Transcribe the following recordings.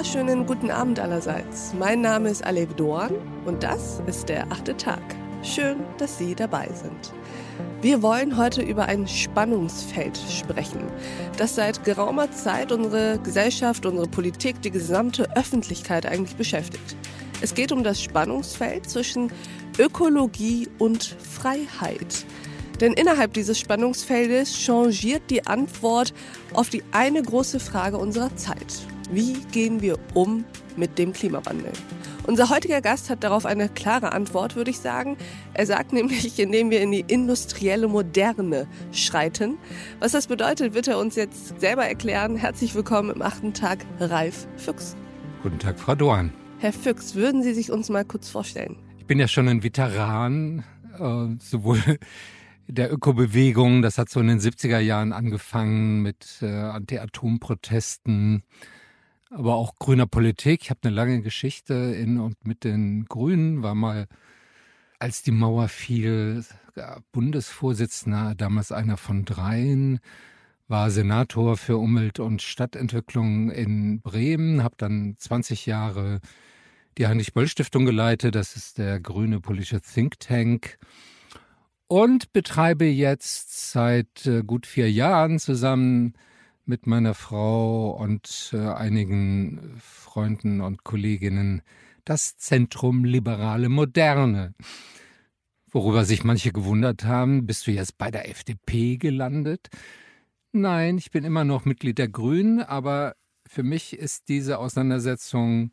wunderschönen guten Abend allerseits. Mein Name ist Alev Doan und das ist der 8. Tag. Schön, dass Sie dabei sind. Wir wollen heute über ein Spannungsfeld sprechen, das seit geraumer Zeit unsere Gesellschaft, unsere Politik, die gesamte Öffentlichkeit eigentlich beschäftigt. Es geht um das Spannungsfeld zwischen Ökologie und Freiheit. Denn innerhalb dieses Spannungsfeldes changiert die Antwort auf die eine große Frage unserer Zeit. Wie gehen wir um mit dem Klimawandel? Unser heutiger Gast hat darauf eine klare Antwort, würde ich sagen. Er sagt nämlich, indem wir in die industrielle Moderne schreiten. Was das bedeutet, wird er uns jetzt selber erklären. Herzlich willkommen im 8. Tag, Ralf Füchs. Guten Tag, Frau Doan. Herr Füchs, würden Sie sich uns mal kurz vorstellen? Ich bin ja schon ein Veteran, sowohl der Ökobewegung, das hat so in den 70er Jahren angefangen mit Anti-Atom-Protesten, aber auch grüner Politik. Ich habe eine lange Geschichte in und mit den Grünen, war mal, als die Mauer fiel, Bundesvorsitzender, damals einer von 3, war Senator für Umwelt- und Stadtentwicklung in Bremen, habe dann 20 Jahre die Heinrich-Böll-Stiftung geleitet, das ist der grüne politische Think Tank, und betreibe jetzt seit gut 4 Jahren zusammen mit meiner Frau und einigen Freunden und Kolleginnen das Zentrum Liberale Moderne. Worüber sich manche gewundert haben, bist du jetzt bei der FDP gelandet? Nein, ich bin immer noch Mitglied der Grünen, aber für mich ist diese Auseinandersetzung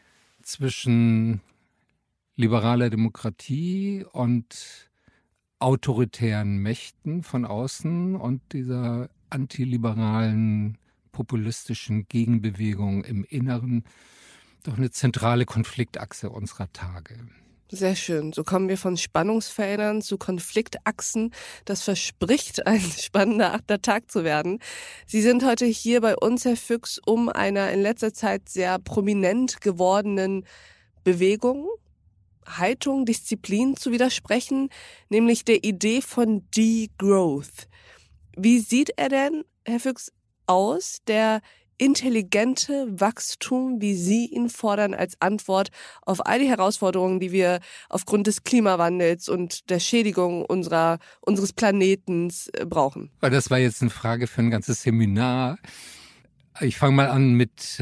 zwischen liberaler Demokratie und autoritären Mächten von außen und dieser antiliberalen, populistischen Gegenbewegung im Inneren doch eine zentrale Konfliktachse unserer Tage. Sehr schön. So kommen wir von Spannungsfeldern zu Konfliktachsen. Das verspricht, ein spannender 8. Tag zu werden. Sie sind heute hier bei uns, Herr Füchs, um einer in letzter Zeit sehr prominent gewordenen Bewegung, Haltung, Disziplin zu widersprechen, nämlich der Idee von Degrowth. Wie sieht er denn, Herr Füchs, aus, der intelligente Wachstum, wie Sie ihn fordern als Antwort auf all die Herausforderungen, die wir aufgrund des Klimawandels und der Schädigung unseres Planetens brauchen? Das war jetzt eine Frage für ein ganzes Seminar. Ich fange mal an mit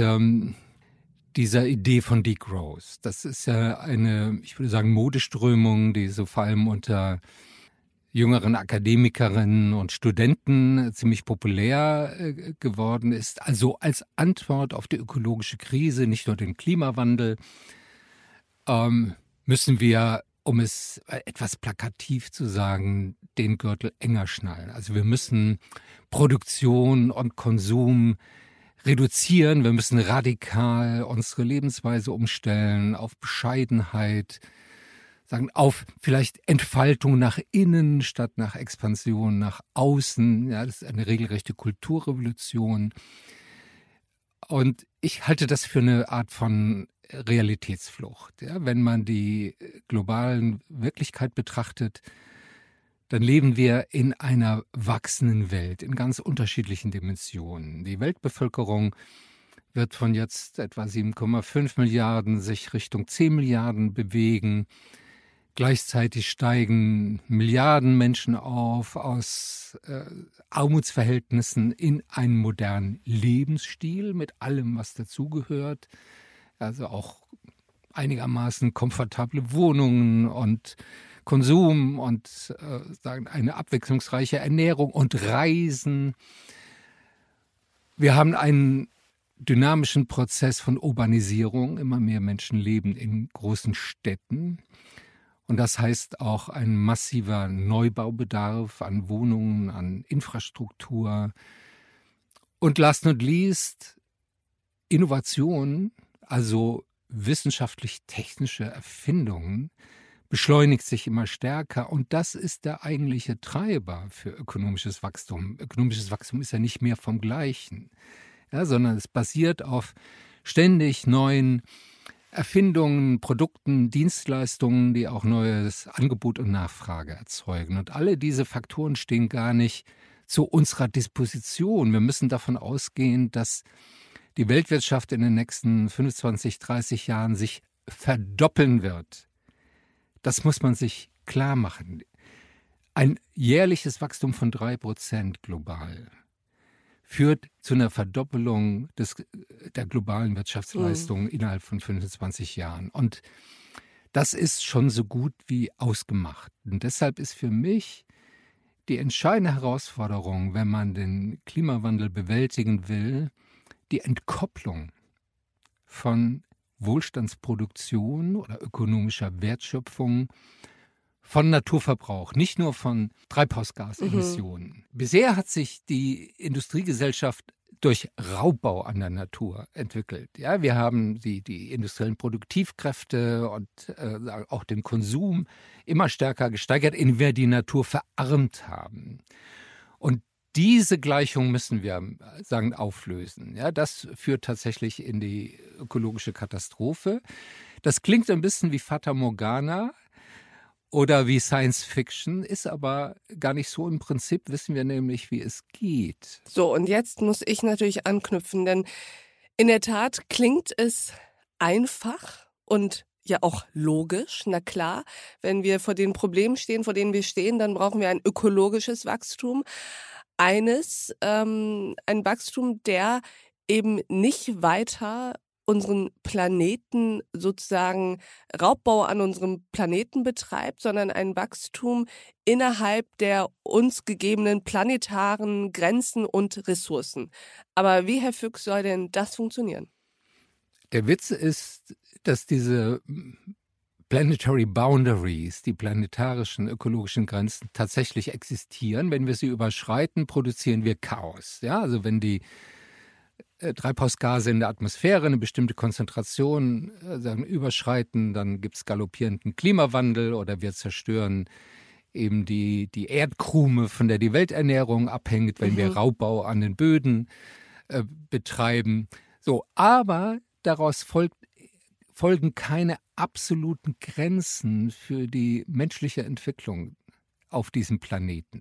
dieser Idee von Degrowth. Das ist ja eine, ich würde sagen, Modeströmung, die so vor allem unter jüngeren Akademikerinnen und Studenten ziemlich populär geworden ist. Also als Antwort auf die ökologische Krise, nicht nur den Klimawandel, müssen wir, um es etwas plakativ zu sagen, den Gürtel enger schnallen. Also wir müssen Produktion und Konsum reduzieren, wir müssen radikal unsere Lebensweise umstellen auf Bescheidenheit, sagen, auf vielleicht Entfaltung nach innen statt nach Expansion nach außen. Ja, das ist eine regelrechte Kulturrevolution. Und ich halte das für eine Art von Realitätsflucht. Ja, wenn man die globalen Wirklichkeit betrachtet, dann leben wir in einer wachsenden Welt, in ganz unterschiedlichen Dimensionen. Die Weltbevölkerung wird von jetzt etwa 7,5 Milliarden sich Richtung 10 Milliarden bewegen. Gleichzeitig steigen Milliarden Menschen auf aus Armutsverhältnissen in einen modernen Lebensstil mit allem, was dazugehört. Also auch einigermaßen komfortable Wohnungen und Konsum und sagen eine abwechslungsreiche Ernährung und Reisen. Wir haben einen dynamischen Prozess von Urbanisierung. Immer mehr Menschen leben in großen Städten. Und das heißt auch ein massiver Neubaubedarf an Wohnungen, an Infrastruktur. Und last not least Innovation, also wissenschaftlich-technische Erfindungen, beschleunigt sich immer stärker. Und das ist der eigentliche Treiber für ökonomisches Wachstum. Ökonomisches Wachstum ist ja nicht mehr vom Gleichen, ja, sondern es basiert auf ständig neuen Erfindungen, Produkten, Dienstleistungen, die auch neues Angebot und Nachfrage erzeugen. Und alle diese Faktoren stehen gar nicht zu unserer Disposition. Wir müssen davon ausgehen, dass die Weltwirtschaft in den nächsten 25, 30 Jahren sich verdoppeln wird. Das muss man sich klar machen. Ein jährliches Wachstum von 3% global führt zu einer Verdoppelung der globalen Wirtschaftsleistung innerhalb von 25 Jahren. Und das ist schon so gut wie ausgemacht. Und deshalb ist für mich die entscheidende Herausforderung, wenn man den Klimawandel bewältigen will, die Entkopplung von Wohlstandsproduktion oder ökonomischer Wertschöpfung von Naturverbrauch, nicht nur von Treibhausgasemissionen. Bisher hat sich die Industriegesellschaft durch Raubbau an der Natur entwickelt. Ja, wir haben die industriellen Produktivkräfte und auch den Konsum immer stärker gesteigert, indem wir die Natur verarmt haben. Und diese Gleichung müssen wir auflösen. Ja, das führt tatsächlich in die ökologische Katastrophe. Das klingt ein bisschen wie Fata Morgana oder wie Science Fiction, ist aber gar nicht so. Im Prinzip wissen wir nämlich, wie es geht. So, und jetzt muss ich natürlich anknüpfen, denn in der Tat klingt es einfach und ja auch logisch. Na klar, wenn wir vor den Problemen stehen, vor denen wir stehen, dann brauchen wir ein ökologisches Wachstum. Ein Wachstum, der eben nicht weiter unseren Planeten sozusagen Raubbau an unserem Planeten betreibt, sondern ein Wachstum innerhalb der uns gegebenen planetaren Grenzen und Ressourcen. Aber wie, Herr Füchs, soll denn das funktionieren? Der Witz ist, dass diese Planetary Boundaries, die planetarischen ökologischen Grenzen tatsächlich existieren. Wenn wir sie überschreiten, produzieren wir Chaos. Ja, also wenn die Treibhausgase in der Atmosphäre eine bestimmte Konzentration überschreiten, dann gibt es galoppierenden Klimawandel oder wir zerstören eben die Erdkrume, von der die Welternährung abhängt, wenn wir Raubbau an den Böden betreiben. So, aber daraus folgen keine absoluten Grenzen für die menschliche Entwicklung auf diesem Planeten.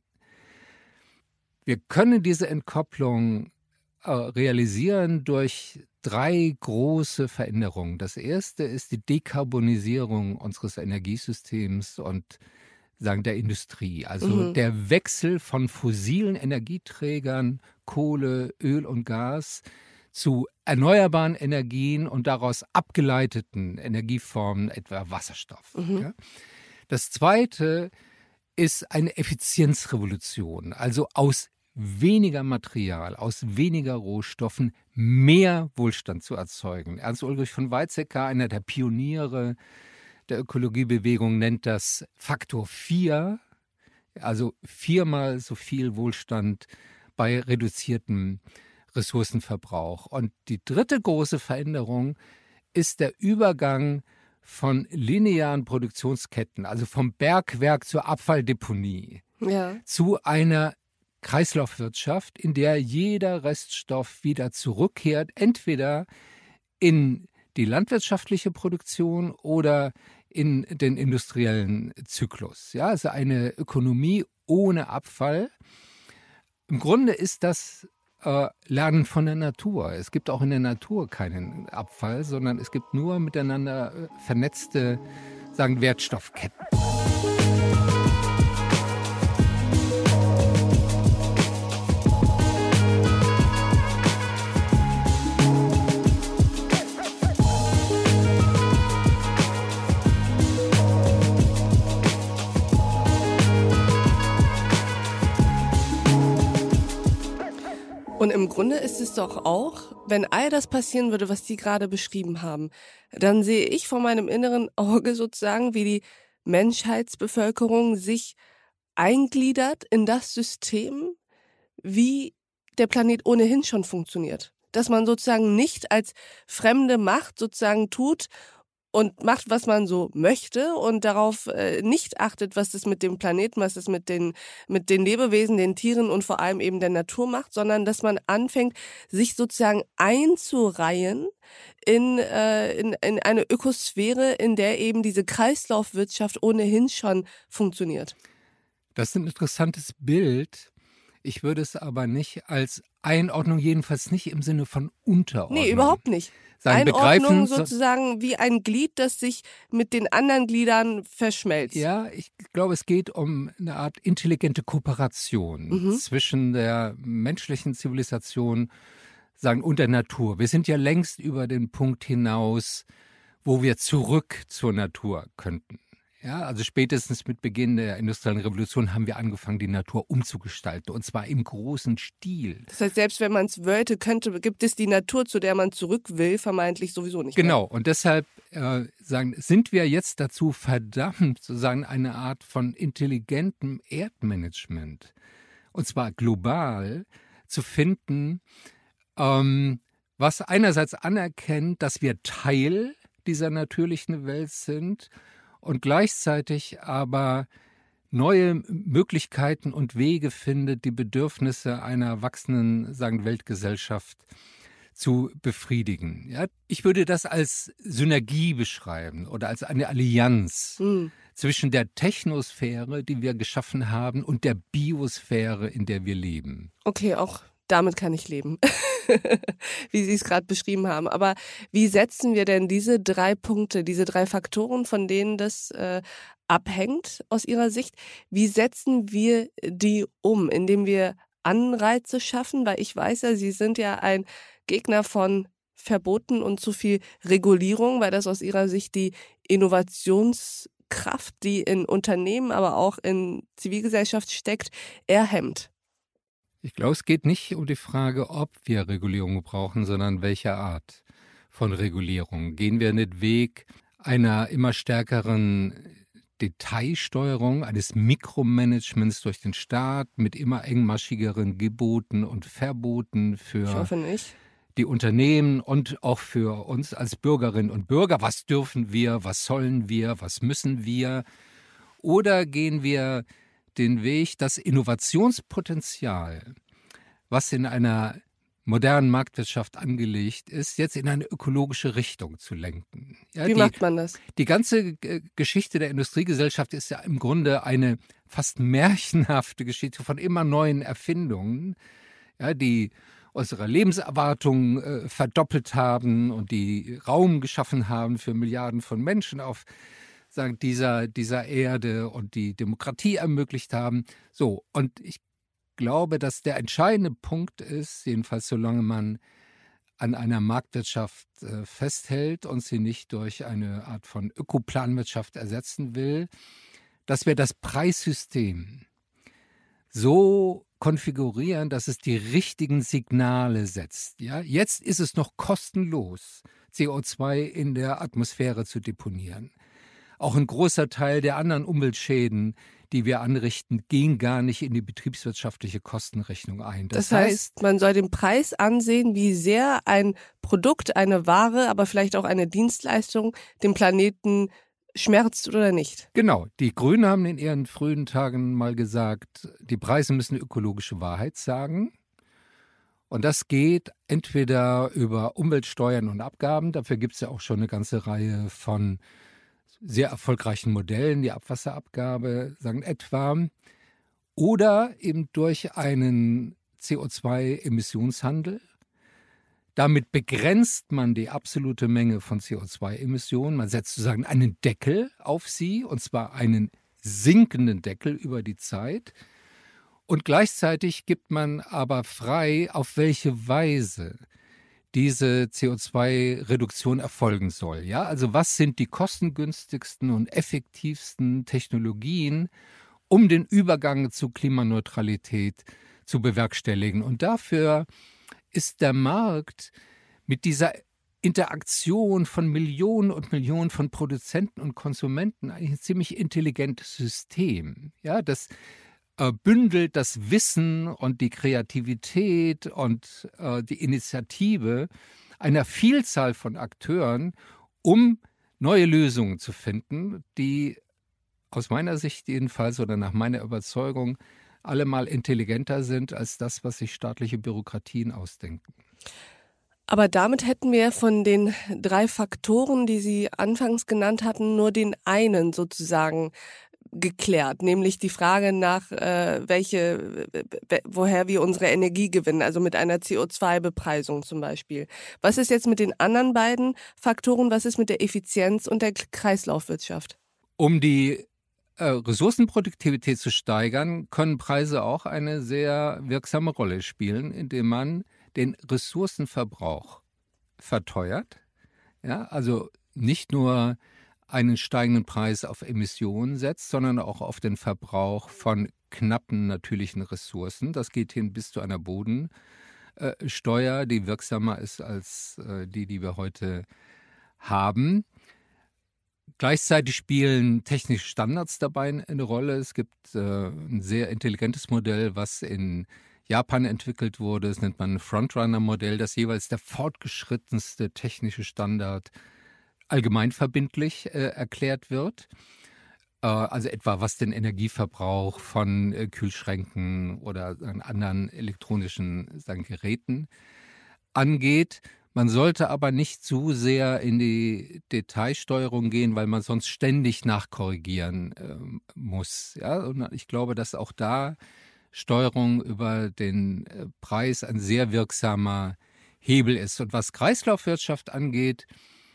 Wir können diese Entkopplung realisieren durch 3 große Veränderungen. Das erste ist die Dekarbonisierung unseres Energiesystems und der Industrie. Also der Wechsel von fossilen Energieträgern, Kohle, Öl und Gas, zu erneuerbaren Energien und daraus abgeleiteten Energieformen, etwa Wasserstoff. Ja. Das zweite ist eine Effizienzrevolution, also aus weniger Material, aus weniger Rohstoffen mehr Wohlstand zu erzeugen. Ernst Ulrich von Weizsäcker, einer der Pioniere der Ökologiebewegung, nennt das Faktor 4, also 4-mal so viel Wohlstand bei reduziertem Ressourcenverbrauch. Und die dritte große Veränderung ist der Übergang von linearen Produktionsketten, also vom Bergwerk zur Abfalldeponie, zu einer Kreislaufwirtschaft, in der jeder Reststoff wieder zurückkehrt, entweder in die landwirtschaftliche Produktion oder in den industriellen Zyklus. Ja, also eine Ökonomie ohne Abfall. Im Grunde ist das Lernen von der Natur. Es gibt auch in der Natur keinen Abfall, sondern es gibt nur miteinander vernetzte, Wertstoffketten. Und im Grunde ist es doch auch, wenn all das passieren würde, was Sie gerade beschrieben haben, dann sehe ich vor meinem inneren Auge sozusagen, wie die Menschheitsbevölkerung sich eingliedert in das System, wie der Planet ohnehin schon funktioniert. Dass man sozusagen nicht als fremde Macht sozusagen tut und macht, was man so möchte und darauf nicht achtet, was das mit dem Planeten, was das mit den Lebewesen, den Tieren und vor allem eben der Natur macht, sondern dass man anfängt, sich sozusagen einzureihen in eine Ökosphäre, in der eben diese Kreislaufwirtschaft ohnehin schon funktioniert. Das ist ein interessantes Bild. Ich würde es aber nicht als Einordnung, jedenfalls nicht im Sinne von Unterordnung. Nee, überhaupt nicht. Einordnung sozusagen wie ein Glied, das sich mit den anderen Gliedern verschmelzt. Ja, ich glaube, es geht um eine Art intelligente Kooperation zwischen der menschlichen Zivilisation und der Natur. Wir sind ja längst über den Punkt hinaus, wo wir zurück zur Natur könnten. Ja, also spätestens mit Beginn der industriellen Revolution haben wir angefangen, die Natur umzugestalten, und zwar im großen Stil. Das heißt, selbst wenn man es wollte, gibt es die Natur, zu der man zurück will, vermeintlich sowieso nicht mehr. Genau, und deshalb sind wir jetzt dazu verdammt, sozusagen eine Art von intelligentem Erdmanagement, und zwar global, zu finden, was einerseits anerkennt, dass wir Teil dieser natürlichen Welt sind, und gleichzeitig aber neue Möglichkeiten und Wege findet, die Bedürfnisse einer wachsenden, Weltgesellschaft zu befriedigen. Ja, ich würde das als Synergie beschreiben oder als eine Allianz zwischen der Technosphäre, die wir geschaffen haben, und der Biosphäre, in der wir leben. Okay, auch damit kann ich leben, wie Sie es gerade beschrieben haben. Aber wie setzen wir denn diese 3 Punkte, diese 3 Faktoren, von denen das abhängt aus Ihrer Sicht, wie setzen wir die um, indem wir Anreize schaffen? Weil ich weiß ja, Sie sind ja ein Gegner von Verboten und zu viel Regulierung, weil das aus Ihrer Sicht die Innovationskraft, die in Unternehmen, aber auch in Zivilgesellschaft steckt, eher hemmt. Ich glaube, es geht nicht um die Frage, ob wir Regulierung brauchen, sondern welche Art von Regulierung. Gehen wir den Weg einer immer stärkeren Detailsteuerung, eines Mikromanagements durch den Staat mit immer engmaschigeren Geboten und Verboten für die Unternehmen und auch für uns als Bürgerinnen und Bürger? Was dürfen wir, was sollen wir, was müssen wir? Oder gehen wir den Weg, das Innovationspotenzial, was in einer modernen Marktwirtschaft angelegt ist, jetzt in eine ökologische Richtung zu lenken? Ja, wie macht man das? Die ganze Geschichte der Industriegesellschaft ist ja im Grunde eine fast märchenhafte Geschichte von immer neuen Erfindungen, ja, die unsere Lebenserwartung verdoppelt haben und die Raum geschaffen haben für Milliarden von Menschen auf dieser Erde und die Demokratie ermöglicht haben. So, und ich glaube, dass der entscheidende Punkt ist, jedenfalls solange man an einer Marktwirtschaft festhält und sie nicht durch eine Art von Ökoplanwirtschaft ersetzen will, dass wir das Preissystem so konfigurieren, dass es die richtigen Signale setzt. Ja? Jetzt ist es noch kostenlos, CO2 in der Atmosphäre zu deponieren. Auch ein großer Teil der anderen Umweltschäden, die wir anrichten, gehen gar nicht in die betriebswirtschaftliche Kostenrechnung ein. Das heißt, man soll den Preis ansehen, wie sehr ein Produkt, eine Ware, aber vielleicht auch eine Dienstleistung dem Planeten schmerzt oder nicht. Genau. Die Grünen haben in ihren frühen Tagen mal gesagt, die Preise müssen ökologische Wahrheit sagen. Und das geht entweder über Umweltsteuern und Abgaben, dafür gibt es ja auch schon eine ganze Reihe von sehr erfolgreichen Modellen, die Abwasserabgabe, etwa, oder eben durch einen CO2-Emissionshandel. Damit begrenzt man die absolute Menge von CO2-Emissionen. Man setzt sozusagen einen Deckel auf sie, und zwar einen sinkenden Deckel über die Zeit. Und gleichzeitig gibt man aber frei, auf welche Weise diese CO2-Reduktion erfolgen soll. Ja? Also was sind die kostengünstigsten und effektivsten Technologien, um den Übergang zu Klimaneutralität zu bewerkstelligen? Und dafür ist der Markt mit dieser Interaktion von Millionen und Millionen von Produzenten und Konsumenten eigentlich ein ziemlich intelligentes System. Ja, das bündelt das Wissen und die Kreativität und die Initiative einer Vielzahl von Akteuren, um neue Lösungen zu finden, die aus meiner Sicht jedenfalls oder nach meiner Überzeugung allemal intelligenter sind als das, was sich staatliche Bürokratien ausdenken. Aber damit hätten wir von den 3 Faktoren, die Sie anfangs genannt hatten, nur den einen sozusagen geklärt, nämlich die Frage nach, woher wir unsere Energie gewinnen, also mit einer CO2-Bepreisung zum Beispiel. Was ist jetzt mit den anderen beiden Faktoren? Was ist mit der Effizienz und der Kreislaufwirtschaft? Um die Ressourcenproduktivität zu steigern, können Preise auch eine sehr wirksame Rolle spielen, indem man den Ressourcenverbrauch verteuert. Ja, also nicht nur einen steigenden Preis auf Emissionen setzt, sondern auch auf den Verbrauch von knappen natürlichen Ressourcen. Das geht hin bis zu einer Bodensteuer, die wirksamer ist als die wir heute haben. Gleichzeitig spielen technische Standards dabei eine Rolle. Es gibt ein sehr intelligentes Modell, was in Japan entwickelt wurde. Das nennt man ein Frontrunner-Modell, das jeweils der fortgeschrittenste technische Standard allgemeinverbindlich erklärt wird. Also etwa was den Energieverbrauch von Kühlschränken oder anderen elektronischen Geräten angeht. Man sollte aber nicht zu sehr in die Detailsteuerung gehen, weil man sonst ständig nachkorrigieren muss. Ja? Und ich glaube, dass auch da Steuerung über den Preis ein sehr wirksamer Hebel ist. Und was Kreislaufwirtschaft angeht,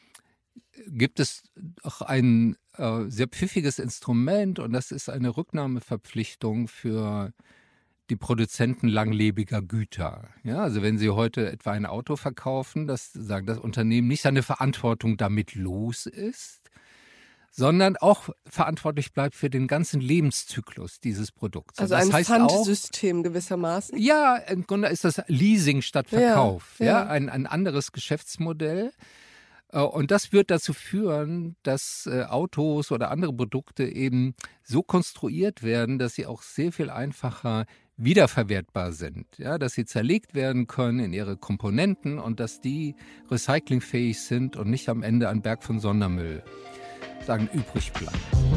gibt es auch ein sehr pfiffiges Instrument, und das ist eine Rücknahmeverpflichtung für die Produzenten langlebiger Güter. Ja, also wenn Sie heute etwa ein Auto verkaufen, das Unternehmen nicht seine Verantwortung damit los ist, sondern auch verantwortlich bleibt für den ganzen Lebenszyklus dieses Produkts. Also das heißt ein Pfandsystem gewissermaßen? Ja, im Grunde ist das Leasing statt Verkauf. Ja. Ein anderes Geschäftsmodell. Und das wird dazu führen, dass Autos oder andere Produkte eben so konstruiert werden, dass sie auch sehr viel einfacher wiederverwertbar sind. Ja, dass sie zerlegt werden können in ihre Komponenten und dass die recyclingfähig sind und nicht am Ende ein Berg von Sondermüll übrig bleibt.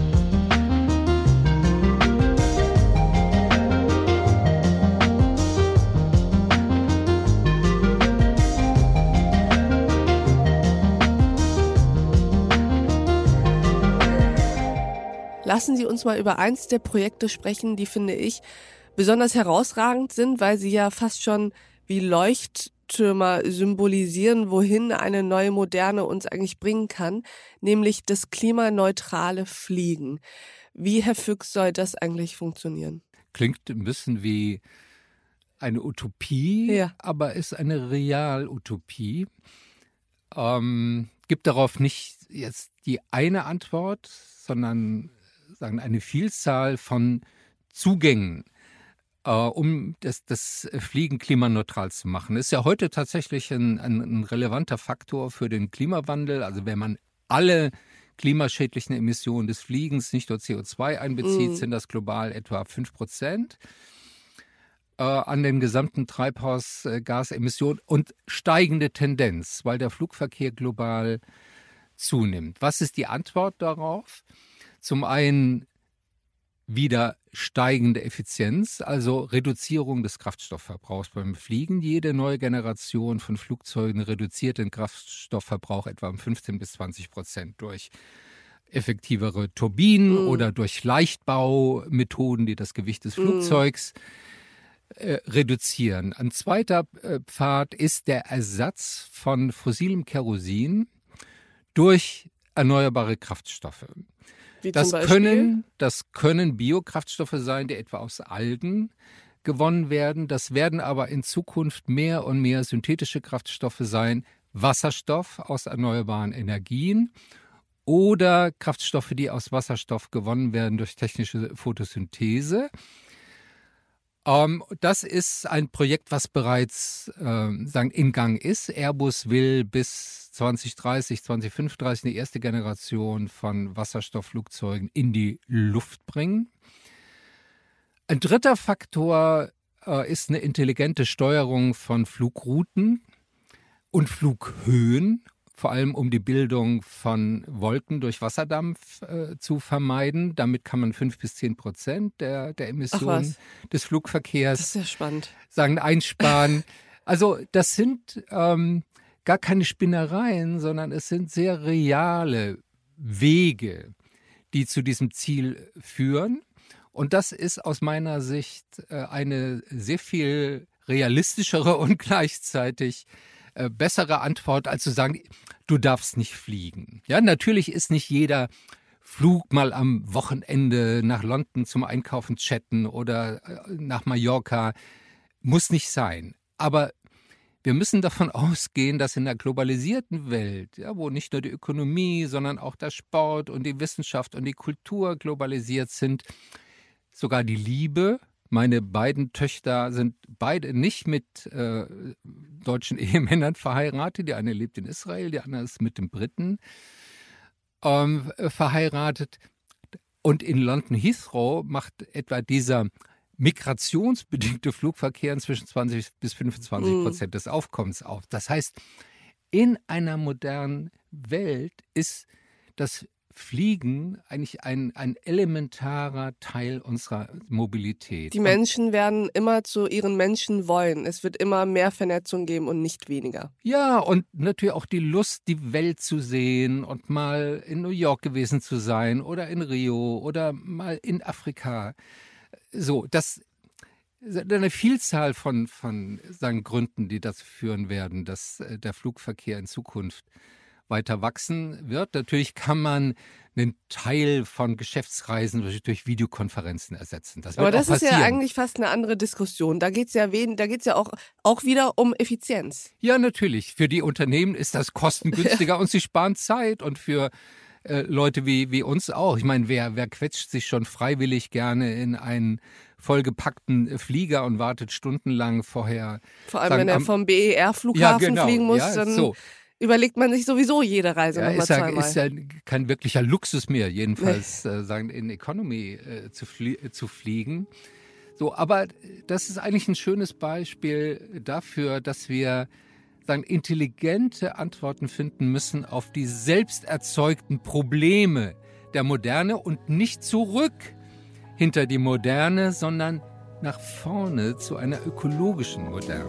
Lassen Sie uns mal über eins der Projekte sprechen, die, finde ich, besonders herausragend sind, weil sie ja fast schon wie Leuchttürmer symbolisieren, wohin eine neue Moderne uns eigentlich bringen kann, nämlich das klimaneutrale Fliegen. Wie, Herr Füchs, soll das eigentlich funktionieren? Klingt ein bisschen wie eine Utopie, aber ist eine Realutopie. Gibt darauf nicht jetzt die eine Antwort, sondern eine Vielzahl von Zugängen, um das Fliegen klimaneutral zu machen. Das ist ja heute tatsächlich ein relevanter Faktor für den Klimawandel. Also wenn man alle klimaschädlichen Emissionen des Fliegens, nicht nur CO2 einbezieht, sind das global etwa 5% an den gesamten Treibhausgasemissionen und steigende Tendenz, weil der Flugverkehr global zunimmt. Was ist die Antwort darauf? Zum einen wieder steigende Effizienz, also Reduzierung des Kraftstoffverbrauchs beim Fliegen. Jede neue Generation von Flugzeugen reduziert den Kraftstoffverbrauch etwa um 15-20% durch effektivere Turbinen oder durch Leichtbaumethoden, die das Gewicht des Flugzeugs reduzieren. Ein zweiter Pfad ist der Ersatz von fossilem Kerosin durch erneuerbare Kraftstoffe. Das können Biokraftstoffe sein, die etwa aus Algen gewonnen werden. Das werden aber in Zukunft mehr und mehr synthetische Kraftstoffe sein, Wasserstoff aus erneuerbaren Energien oder Kraftstoffe, die aus Wasserstoff gewonnen werden durch technische Photosynthese. Das ist ein Projekt, was bereits in Gang ist. Airbus will bis 2030, 2035 eine erste Generation von Wasserstoffflugzeugen in die Luft bringen. Ein dritter Faktor ist eine intelligente Steuerung von Flugrouten und Flughöhen, vor allem um die Bildung von Wolken durch Wasserdampf zu vermeiden. Damit kann man 5-10% der Emissionen des Flugverkehrs das ist ja spannend. Einsparen. Also das sind gar keine Spinnereien, sondern es sind sehr reale Wege, die zu diesem Ziel führen. Und das ist aus meiner Sicht eine sehr viel realistischere und gleichzeitig bessere Antwort, als zu sagen, du darfst nicht fliegen. Ja, natürlich ist nicht jeder Flug mal am Wochenende nach London zum Einkaufen chatten oder nach Mallorca, muss nicht sein. Aber wir müssen davon ausgehen, dass in der globalisierten Welt, ja, wo nicht nur die Ökonomie, sondern auch der Sport und die Wissenschaft und die Kultur globalisiert sind, sogar die Liebe. Meine beiden Töchter sind beide nicht mit deutschen Ehemännern verheiratet. Die eine lebt in Israel, die andere ist mit dem Briten verheiratet. Und in London Heathrow macht etwa dieser migrationsbedingte Flugverkehr inzwischen 20-25% des Aufkommens auf. Das heißt, in einer modernen Welt ist das Fliegen eigentlich ein elementarer Teil unserer Mobilität. Die Menschen werden immer zu ihren Menschen wollen. Es wird immer mehr Vernetzung geben und nicht weniger. Ja, und natürlich auch die Lust, die Welt zu sehen und mal in New York gewesen zu sein oder in Rio oder mal in Afrika. So, das ist eine Vielzahl von sagen, Gründen, die dazu führen werden, dass der Flugverkehr in Zukunft weiter wachsen wird. Natürlich kann man einen Teil von Geschäftsreisen durch Videokonferenzen ersetzen. Aber das ist ja eigentlich fast eine andere Diskussion. Da geht es ja auch wieder um Effizienz. Ja, natürlich. Für die Unternehmen ist das kostengünstiger und sie sparen Zeit und für Leute wie uns auch. Ich meine, wer quetscht sich schon freiwillig gerne in einen vollgepackten Flieger und wartet stundenlang vorher. Vor allem, wenn er vom BER-Flughafen fliegen muss, dann überlegt man sich sowieso jede Reise nochmal zweimal. Ist ja kein wirklicher Luxus mehr, jedenfalls sagen in Economy zu fliegen. So, aber das ist eigentlich ein schönes Beispiel dafür, dass wir intelligente Antworten finden müssen auf die selbst erzeugten Probleme der Moderne und nicht zurück hinter die Moderne, sondern nach vorne zu einer ökologischen Moderne.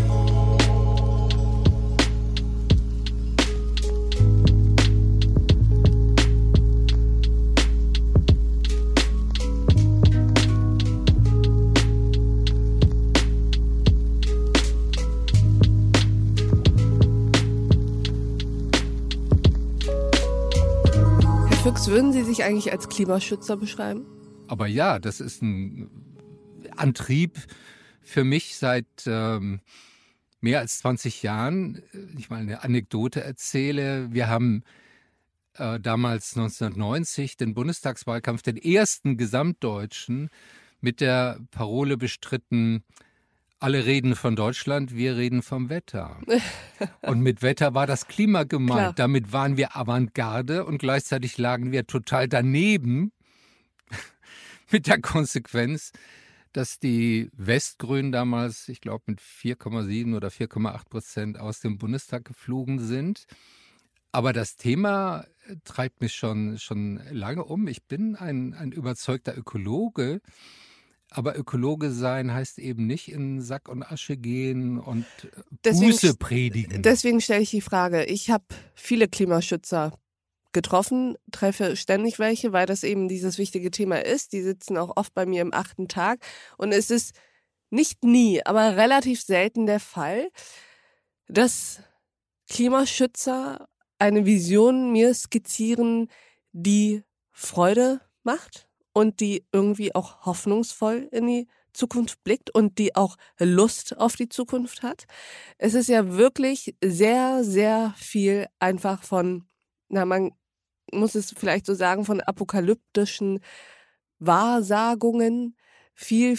Fuchs, würden Sie sich eigentlich als Klimaschützer beschreiben? Aber ja, das ist ein Antrieb für mich seit mehr als 20 Jahren. Ich mal eine Anekdote erzähle. Wir haben damals 1990 den Bundestagswahlkampf, den ersten gesamtdeutschen, mit der Parole bestritten: Alle reden von Deutschland, wir reden vom Wetter. Und mit Wetter war das Klima gemeint. Klar. Damit waren wir Avantgarde und gleichzeitig lagen wir total daneben. Mit der Konsequenz, dass die Westgrünen damals, ich glaube, mit 4,7 oder 4,8% aus dem Bundestag geflogen sind. Aber das Thema treibt mich schon lange um. Ich bin ein überzeugter Ökologe. Aber Ökologe sein heißt eben nicht in Sack und Asche gehen und Buße predigen. Deswegen stelle ich die Frage. Ich habe viele Klimaschützer getroffen, treffe ständig welche, weil das eben dieses wichtige Thema ist. Die sitzen auch oft bei mir im 8. Tag. Und es ist nicht nie, aber relativ selten der Fall, dass Klimaschützer eine Vision mir skizzieren, die Freude macht. Und die irgendwie auch hoffnungsvoll in die Zukunft blickt und die auch Lust auf die Zukunft hat. Es ist ja wirklich sehr, sehr viel einfach von, man muss es vielleicht so sagen, von apokalyptischen Wahrsagungen, viel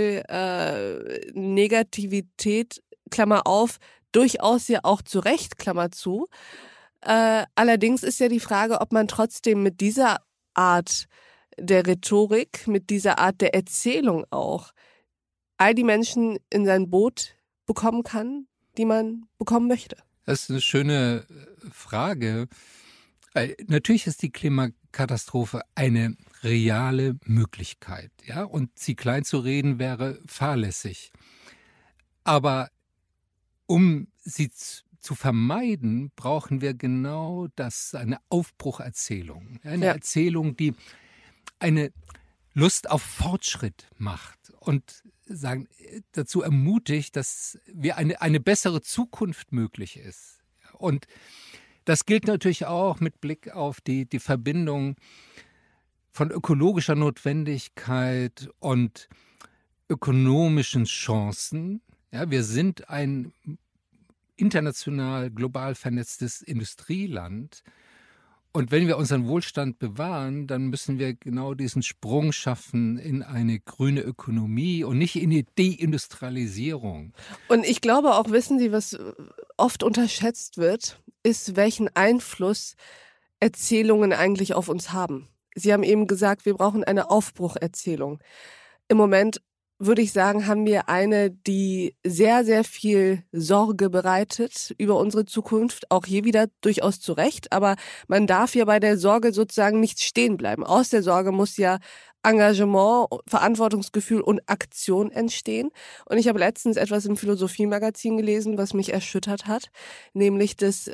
Negativität, Klammer auf, durchaus ja auch zu Recht, Klammer zu. Allerdings ist ja die Frage, ob man trotzdem mit dieser Art der Rhetorik, mit dieser Art der Erzählung auch all die Menschen in sein Boot bekommen kann, die man bekommen möchte? Das ist eine schöne Frage. Natürlich ist die Klimakatastrophe eine reale Möglichkeit, ja, und sie klein zu reden wäre fahrlässig. Aber um sie zu vermeiden, brauchen wir genau das, eine Aufbrucherzählung. Eine Erzählung, die eine Lust auf Fortschritt macht und dazu ermutigt, dass eine bessere Zukunft möglich ist. Und das gilt natürlich auch mit Blick auf die Verbindung von ökologischer Notwendigkeit und ökonomischen Chancen. Ja, wir sind ein international, global vernetztes Industrieland. Und wenn wir unseren Wohlstand bewahren, dann müssen wir genau diesen Sprung schaffen in eine grüne Ökonomie und nicht in die Deindustrialisierung. Und ich glaube auch, wissen Sie, was oft unterschätzt wird, ist, welchen Einfluss Erzählungen eigentlich auf uns haben. Sie haben eben gesagt, wir brauchen eine Aufbrucherzählung. Im Moment würde ich sagen, haben wir eine, die sehr, sehr viel Sorge bereitet über unsere Zukunft, auch hier wieder durchaus zu Recht, aber man darf ja bei der Sorge sozusagen nicht stehen bleiben. Aus der Sorge muss ja Engagement, Verantwortungsgefühl und Aktion entstehen. Und ich habe letztens etwas im Philosophie-Magazin gelesen, was mich erschüttert hat, nämlich, dass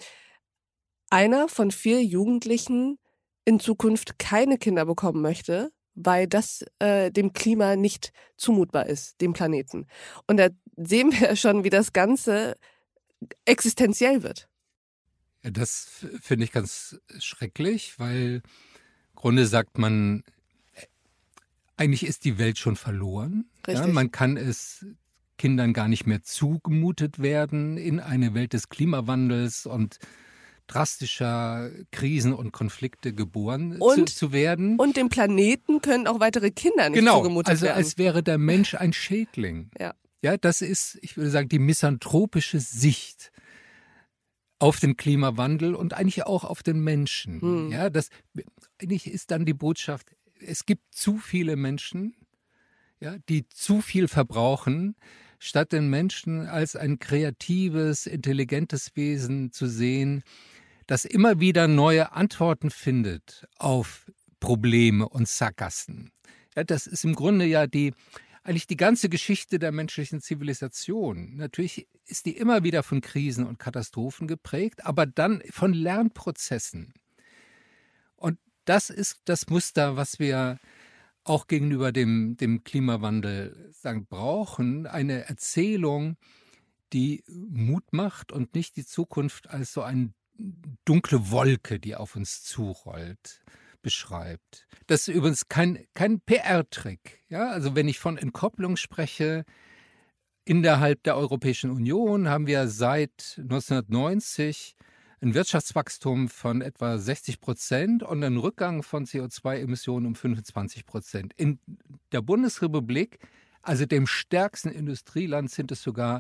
einer von 4 Jugendlichen in Zukunft keine Kinder bekommen möchte, weil das dem Klima nicht zumutbar ist, dem Planeten. Und da sehen wir schon, wie das Ganze existenziell wird. Ja, das finde ich ganz schrecklich, weil im Grunde sagt man, eigentlich ist die Welt schon verloren. Ja, man kann es Kindern gar nicht mehr zugemutet werden in eine Welt des Klimawandels und drastischer Krisen und Konflikte geboren zu werden. Und dem Planeten können auch weitere Kinder nicht zugemutet werden. Also als wäre der Mensch ein Schädling. Ja, das ist, ich würde sagen, die misanthropische Sicht auf den Klimawandel und eigentlich auch auf den Menschen. Ja, eigentlich ist dann die Botschaft, es gibt zu viele Menschen, ja, die zu viel verbrauchen, statt den Menschen als ein kreatives, intelligentes Wesen zu sehen, das immer wieder neue Antworten findet auf Probleme und Sackgassen. Ja, das ist im Grunde ja eigentlich die ganze Geschichte der menschlichen Zivilisation. Natürlich ist die immer wieder von Krisen und Katastrophen geprägt, aber dann von Lernprozessen. Und das ist das Muster, was wir auch gegenüber dem Klimawandel brauchen. Eine Erzählung, die Mut macht und nicht die Zukunft als so eine dunkle Wolke, die auf uns zurollt, beschreibt. Das ist übrigens kein PR-Trick. Ja? Also wenn ich von Entkopplung spreche, innerhalb der Europäischen Union haben wir seit 1990 ein Wirtschaftswachstum von etwa 60% und einen Rückgang von CO2-Emissionen um 25%. In der Bundesrepublik, also dem stärksten Industrieland, sind es sogar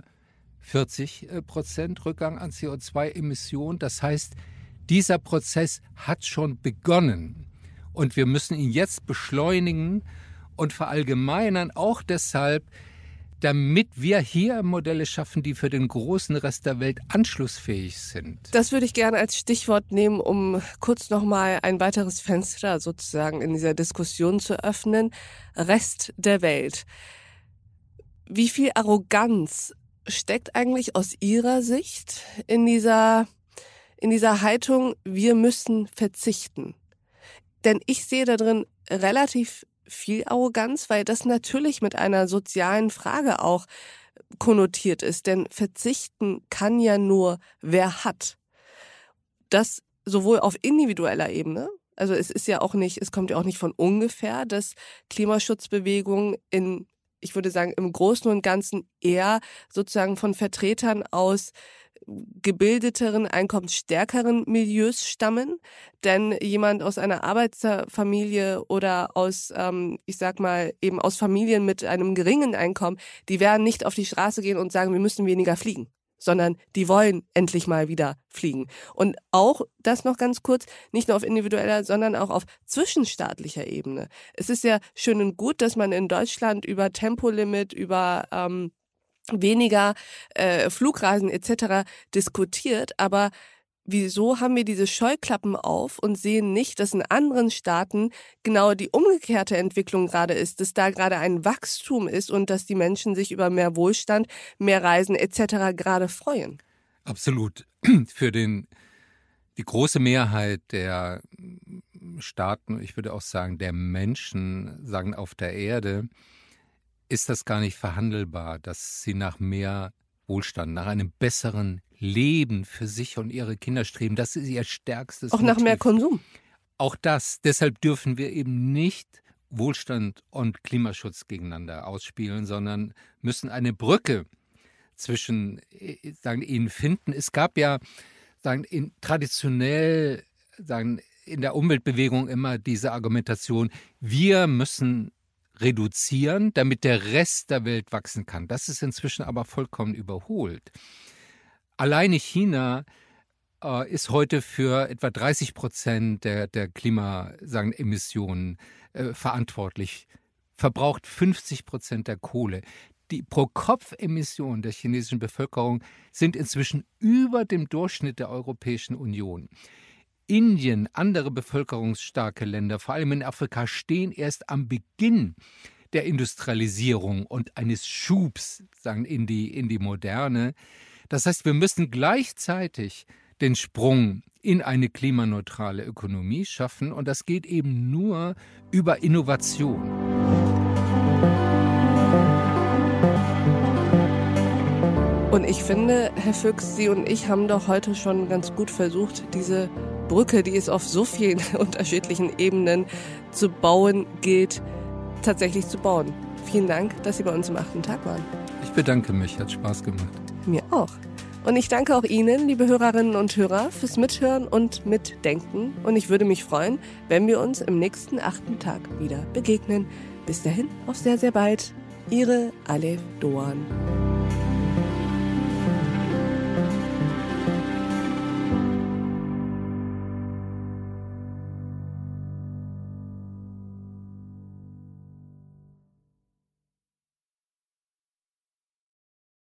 40% Rückgang an CO2-Emissionen. Das heißt, dieser Prozess hat schon begonnen und wir müssen ihn jetzt beschleunigen und verallgemeinern, auch deshalb, damit wir hier Modelle schaffen, die für den großen Rest der Welt anschlussfähig sind. Das würde ich gerne als Stichwort nehmen, um kurz nochmal ein weiteres Fenster sozusagen in dieser Diskussion zu öffnen. Rest der Welt. Wie viel Arroganz steckt eigentlich aus Ihrer Sicht in dieser Haltung, wir müssen verzichten? Denn ich sehe da drin relativ viel Arroganz, weil das natürlich mit einer sozialen Frage auch konnotiert ist. Denn verzichten kann ja nur, wer hat. Das sowohl auf individueller Ebene, also es kommt ja auch nicht von ungefähr, dass Klimaschutzbewegungen ich würde sagen, im Großen und Ganzen eher sozusagen von Vertretern aus gebildeteren, einkommensstärkeren Milieus stammen. Denn jemand aus einer Arbeiterfamilie oder aus, eben aus Familien mit einem geringen Einkommen, die werden nicht auf die Straße gehen und sagen, wir müssen weniger fliegen, sondern die wollen endlich mal wieder fliegen. Und auch, das noch ganz kurz, nicht nur auf individueller, sondern auch auf zwischenstaatlicher Ebene. Es ist ja schön und gut, dass man in Deutschland über Tempolimit, über weniger Flugreisen etc. diskutiert, aber wieso haben wir diese Scheuklappen auf und sehen nicht, dass in anderen Staaten genau die umgekehrte Entwicklung gerade ist, dass da gerade ein Wachstum ist und dass die Menschen sich über mehr Wohlstand, mehr Reisen etc. gerade freuen? Absolut. Für die große Mehrheit der Staaten, ich würde auch sagen, der Menschen, sagen auf der Erde, ist das gar nicht verhandelbar, dass sie nach mehr Wohlstand, nach einem besseren Leben für sich und ihre Kinder streben. Das ist ihr stärkstes Auch nach Motiv. mehr Konsum. Auch das. Deshalb dürfen wir eben nicht Wohlstand und Klimaschutz gegeneinander ausspielen, sondern müssen eine Brücke zwischen ihnen finden. Es gab ja traditionell in der Umweltbewegung immer diese Argumentation, wir müssen reduzieren, damit der Rest der Welt wachsen kann. Das ist inzwischen aber vollkommen überholt. Alleine China ist heute für etwa 30% der Emissionen verantwortlich, verbraucht 50% der Kohle. Die Pro-Kopf-Emissionen der chinesischen Bevölkerung sind inzwischen über dem Durchschnitt der Europäischen Union. Indien, andere bevölkerungsstarke Länder, vor allem in Afrika, stehen erst am Beginn der Industrialisierung und eines Schubs in die Moderne. Das heißt, wir müssen gleichzeitig den Sprung in eine klimaneutrale Ökonomie schaffen und das geht eben nur über Innovation. Und ich finde, Herr Füchs, Sie und ich haben doch heute schon ganz gut versucht, diese Brücke, die es auf so vielen unterschiedlichen Ebenen zu bauen gilt, tatsächlich zu bauen. Vielen Dank, dass Sie bei uns im 8. Tag waren. Ich bedanke mich, hat Spaß gemacht. Mir auch. Und ich danke auch Ihnen, liebe Hörerinnen und Hörer, fürs Mithören und Mitdenken. Und ich würde mich freuen, wenn wir uns im nächsten 8. Tag wieder begegnen. Bis dahin, auf sehr, sehr bald. Ihre Alev Doğan.